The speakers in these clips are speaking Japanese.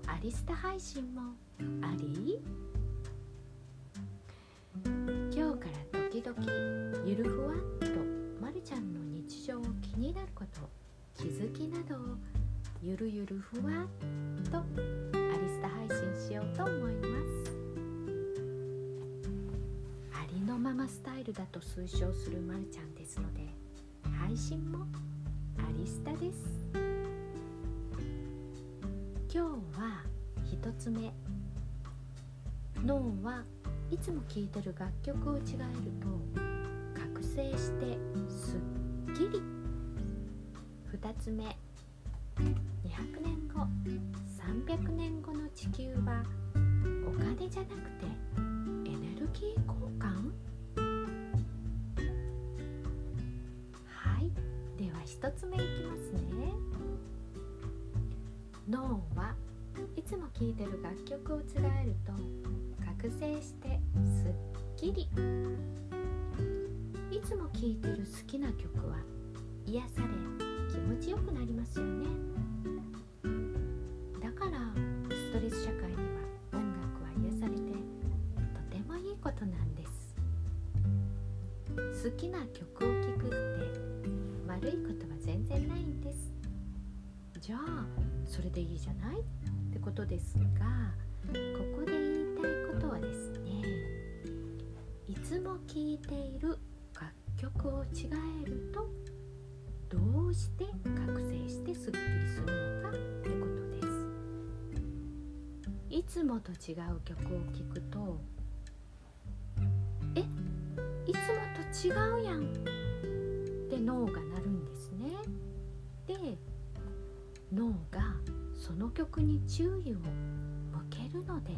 アリスタ配信もあり、今日から時々ゆるふわっとまるちゃんの日常を気になること、気づきなどをゆるゆるふわっとアリスタ配信しようと思います。ありのままスタイルだと推奨するまるちゃんですので、配信もアリスタです。今日は一つ目、脳はいつも聴いてる楽曲を違えると覚醒してすっきり。二つ目、200年後300年後の地球はお金じゃなくてエネルギー交換。はい、では一つ目いきますね。脳はいつも聴いてる楽曲を違えると覚醒してすっきり。いつも聴いてる好きな曲は癒され気持ちよくなりますよね。だからストレス社会には音楽は癒されてとてもいいことなんです。好きな曲を聴くって悪いことは全然ないんです。じゃあそれでいいじゃないってことですが、ここで言いたいことはですね、いつも聴いている楽曲を違えるとどうして覚醒してすっきりするのかってことです。いつもと違う曲を聴くと、いつもと違うやんって脳がなるんですね。で、脳がその曲に注意を向けるのです。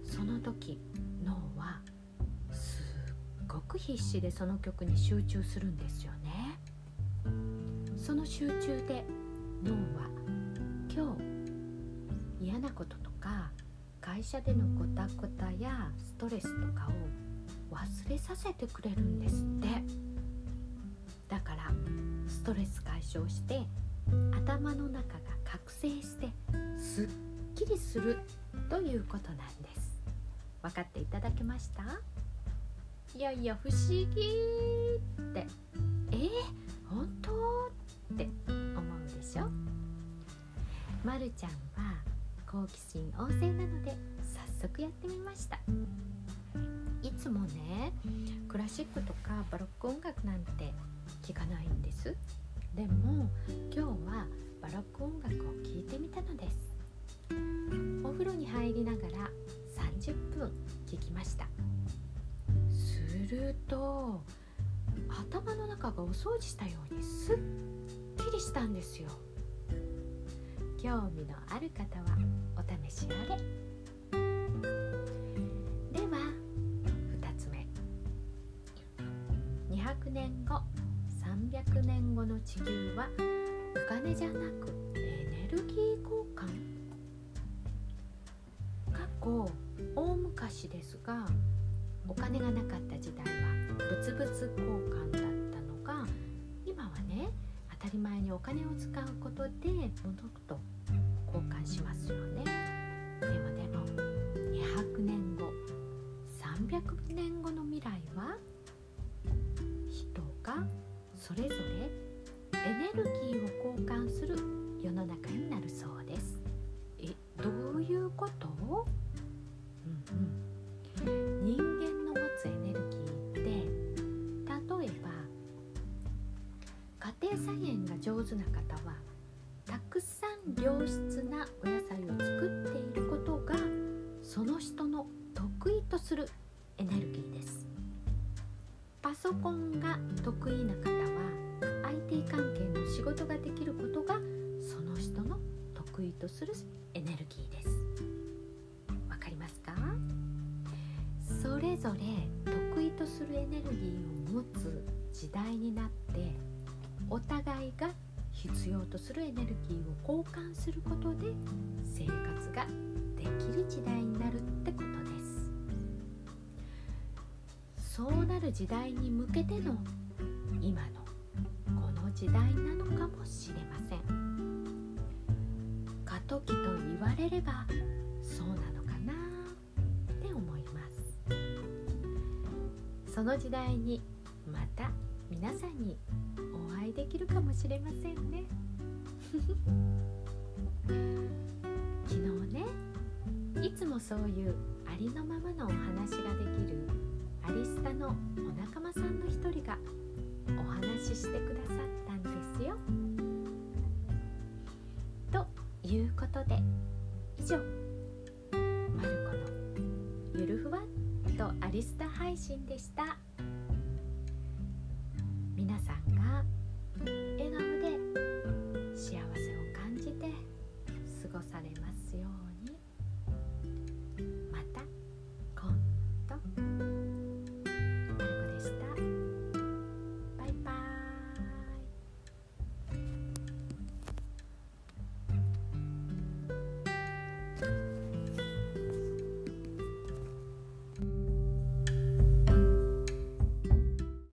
その時脳はすっごく必死でその曲に集中するんですよね。その集中で脳は今日嫌なこととか会社でのゴタゴタやストレスとかを忘れさせてくれるんですって。だからストレス解消して頭の中が覚醒してすっきりするということなんです。分かっていただけました？いやいや不思議って本当って思うでしょ。まるちゃんは好奇心旺盛なので早速やってみました。いつもね、クラシックとかバロック音楽なんて聞かないんです。でも今日はバロック音楽を聴いてみたのです。お風呂に入りながら30分聴きました。すると頭の中がお掃除したようにすっきりしたんですよ。興味のある方はお試しあれ。では2つ目、200年後300年後の地球はお金じゃなくエネルギー交換。過去大昔ですが、お金がなかった時代は物々交換だったのが、今はね、当たり前にお金を使うことで物と交換しますよね。でも200年後300年後の未来は人がそれぞれエネルギーを交換する世の中になるそうです。どういうこと？人間の持つエネルギーって、例えば家庭菜園が上手な方はたくさん良質なお野菜を作っていることがその人の得意とするエネルギーです。パソコンが得意な方は IT 関係の仕事ができることがその人の得意とするエネルギーです。わかりますか？それぞれ得意とするエネルギーを持つ時代になって、お互いが必要とするエネルギーを交換することで生活ができる時代になるってことです。そうなる時代に向けての今のこの時代なのかもしれません。 時と言われればそうなのかなって思います。その時代にまた皆さんにお会いできるかもしれませんね昨日ね、いつもそういうありのままのお話ができるアリスタのお仲間さんの一人がお話ししてくださったんですよ。ということで、以上マルコのゆるふわっとアリスタ配信でした。皆さんが笑顔で幸せを感じて過ごされますように。